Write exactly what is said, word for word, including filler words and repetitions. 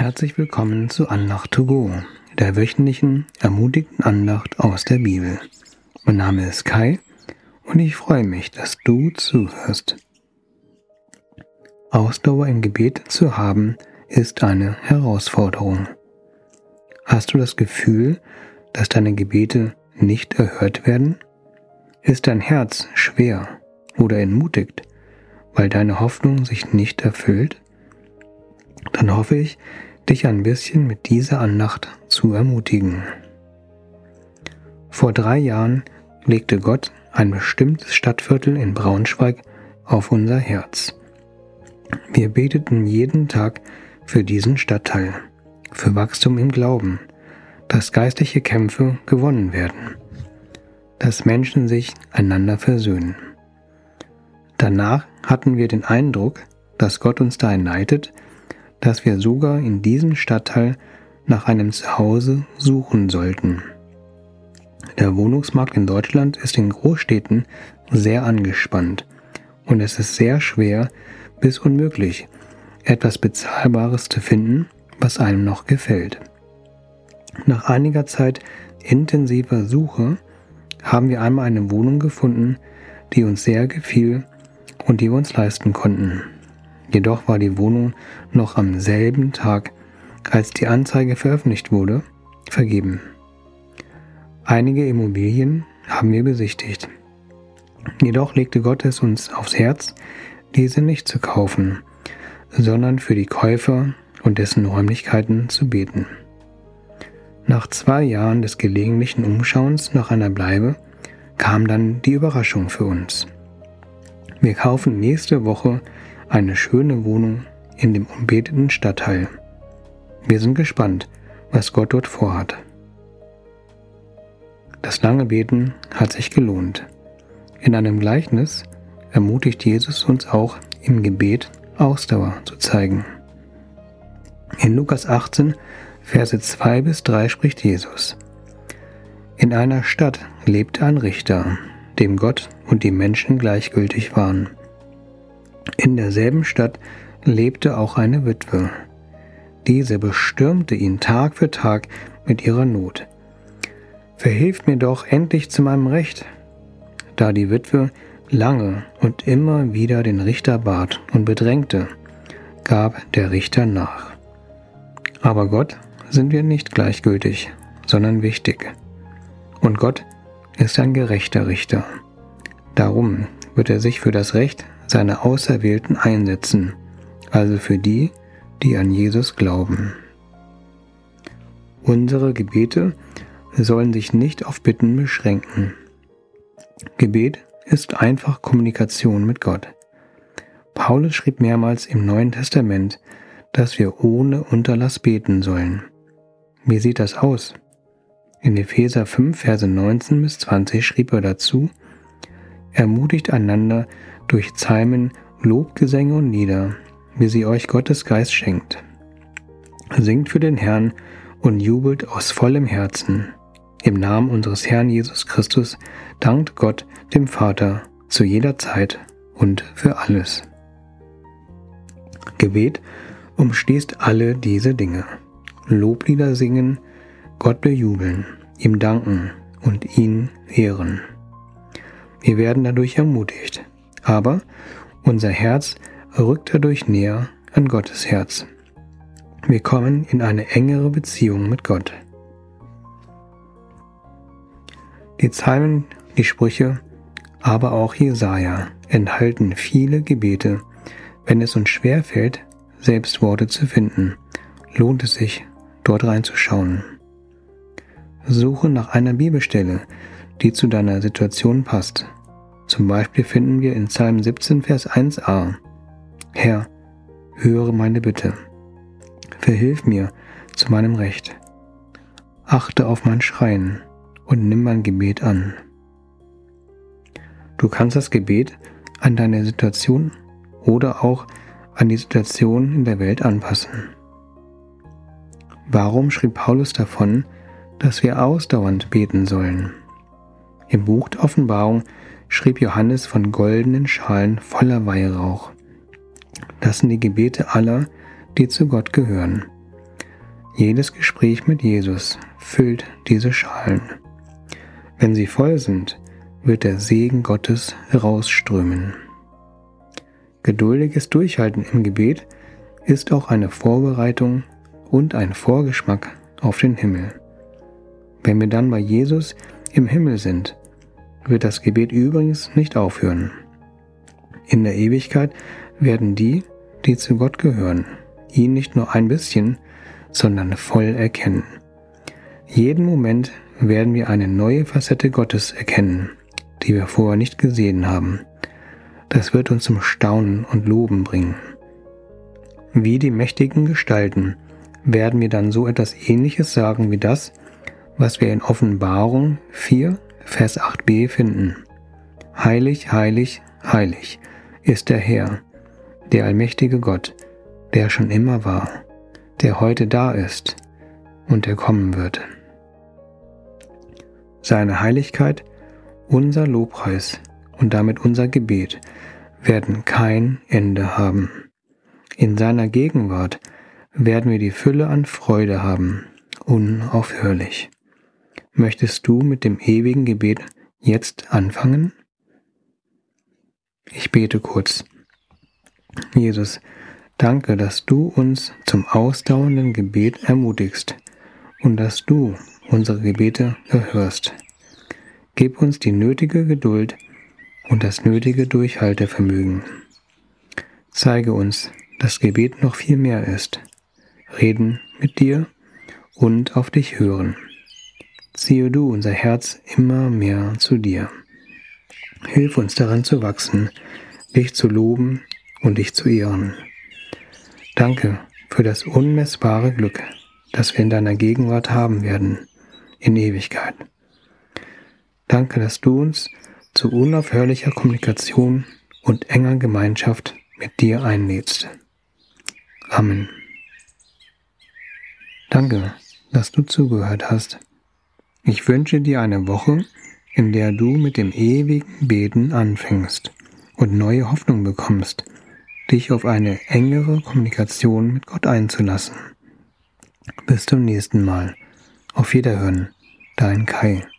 Herzlich willkommen zu Andacht to go, der wöchentlichen, ermutigenden Andacht aus der Bibel. Mein Name ist Kai und ich freue mich, dass du zuhörst. Ausdauer im Gebet zu haben, ist eine Herausforderung. Hast du das Gefühl, dass deine Gebete nicht erhört werden? Ist dein Herz schwer oder entmutigt, weil deine Hoffnung sich nicht erfüllt? Dann hoffe ich, dich ein bisschen mit dieser Andacht zu ermutigen. Vor drei Jahren legte Gott ein bestimmtes Stadtviertel in Braunschweig auf unser Herz. Wir beteten jeden Tag für diesen Stadtteil, für Wachstum im Glauben, dass geistliche Kämpfe gewonnen werden, dass Menschen sich einander versöhnen. Danach hatten wir den Eindruck, dass Gott uns dahin leitet, dass wir sogar in diesem Stadtteil nach einem Zuhause suchen sollten. Der Wohnungsmarkt in Deutschland ist in Großstädten sehr angespannt und es ist sehr schwer bis unmöglich, etwas Bezahlbares zu finden, was einem noch gefällt. Nach einiger Zeit intensiver Suche haben wir einmal eine Wohnung gefunden, die uns sehr gefiel und die wir uns leisten konnten. Jedoch war die Wohnung noch am selben Tag, als die Anzeige veröffentlicht wurde, vergeben. Einige Immobilien haben wir besichtigt. Jedoch legte Gott es uns aufs Herz, diese nicht zu kaufen, sondern für die Käufer und dessen Räumlichkeiten zu beten. Nach zwei Jahren des gelegentlichen Umschauens nach einer Bleibe kam dann die Überraschung für uns. Wir kaufen nächste Woche eine schöne Wohnung in dem umbeteten Stadtteil. Wir sind gespannt, was Gott dort vorhat. Das lange Beten hat sich gelohnt. In einem Gleichnis ermutigt Jesus uns auch im Gebet Ausdauer zu zeigen. In Lukas achtzehn, Verse zwei bis drei spricht Jesus: In einer Stadt lebte ein Richter, dem Gott und die Menschen gleichgültig waren. In derselben Stadt lebte auch eine Witwe. Diese bestürmte ihn Tag für Tag mit ihrer Not. Verhilf mir doch endlich zu meinem Recht. Da die Witwe lange und immer wieder den Richter bat und bedrängte, gab der Richter nach. Aber Gott sind wir nicht gleichgültig, sondern wichtig. Und Gott ist ein gerechter Richter. Darum wird er sich für das Recht seiner Auserwählten einsetzen, also für die, die an Jesus glauben. Unsere Gebete sollen sich nicht auf Bitten beschränken. Gebet ist einfach Kommunikation mit Gott. Paulus schrieb mehrmals im Neuen Testament, dass wir ohne Unterlass beten sollen. Wie sieht das aus? In Epheser fünf, Verse neunzehn bis zwanzig schrieb er dazu: Ermutigt einander durch Psalmen, Lobgesänge und Lieder, wie sie euch Gottes Geist schenkt. Singt für den Herrn und jubelt aus vollem Herzen. Im Namen unseres Herrn Jesus Christus dankt Gott, dem Vater, zu jeder Zeit und für alles. Gebet umschließt alle diese Dinge. Loblieder singen, Gott bejubeln, ihm danken und ihn ehren. Wir werden dadurch ermutigt, aber unser Herz rückt dadurch näher an Gottes Herz. Wir kommen in eine engere Beziehung mit Gott. Die Psalmen, die Sprüche, aber auch Jesaja enthalten viele Gebete. Wenn es uns schwerfällt, selbst Worte zu finden, lohnt es sich, dort reinzuschauen. Suche nach einer Bibelstelle, die zu deiner Situation passt. Zum Beispiel finden wir in Psalm siebzehn, Vers eins a: Herr, höre meine Bitte. Verhilf mir zu meinem Recht. Achte auf mein Schreien und nimm mein Gebet an. Du kannst das Gebet an deine Situation oder auch an die Situation in der Welt anpassen. Warum schrieb Paulus davon, dass wir ausdauernd beten sollen? Im Buch der Offenbarung schrieb Johannes von goldenen Schalen voller Weihrauch. Das sind die Gebete aller, die zu Gott gehören. Jedes Gespräch mit Jesus füllt diese Schalen. Wenn sie voll sind, wird der Segen Gottes herausströmen. Geduldiges Durchhalten im Gebet ist auch eine Vorbereitung und ein Vorgeschmack auf den Himmel. Wenn wir dann bei Jesus im Himmel sind, wird das Gebet übrigens nicht aufhören. In der Ewigkeit werden die, die zu Gott gehören, ihn nicht nur ein bisschen, sondern voll erkennen. Jeden Moment werden wir eine neue Facette Gottes erkennen, die wir vorher nicht gesehen haben. Das wird uns zum Staunen und Loben bringen. Wie die mächtigen Gestalten werden wir dann so etwas Ähnliches sagen wie das, was wir in Offenbarung vier, Vers acht b finden. Heilig, heilig, heilig ist der Herr, der allmächtige Gott, der schon immer war, der heute da ist und der kommen wird. Seine Heiligkeit, unser Lobpreis und damit unser Gebet werden kein Ende haben. In seiner Gegenwart werden wir die Fülle an Freude haben, unaufhörlich. Möchtest du mit dem ewigen Gebet jetzt anfangen? Ich bete kurz. Jesus, danke, dass du uns zum ausdauernden Gebet ermutigst und dass du unsere Gebete erhörst. Gib uns die nötige Geduld und das nötige Durchhaltevermögen. Zeige uns, dass Gebet noch viel mehr ist. Reden mit dir und auf dich hören. Ziehe du unser Herz immer mehr zu dir. Hilf uns daran zu wachsen, dich zu loben und dich zu ehren. Danke für das unmessbare Glück, das wir in deiner Gegenwart haben werden, in Ewigkeit. Danke, dass du uns zu unaufhörlicher Kommunikation und enger Gemeinschaft mit dir einlädst. Amen. Danke, dass du zugehört hast. Ich wünsche dir eine Woche, in der du mit dem ewigen Beten anfängst und neue Hoffnung bekommst, dich auf eine engere Kommunikation mit Gott einzulassen. Bis zum nächsten Mal. Auf Wiederhören, dein Kai.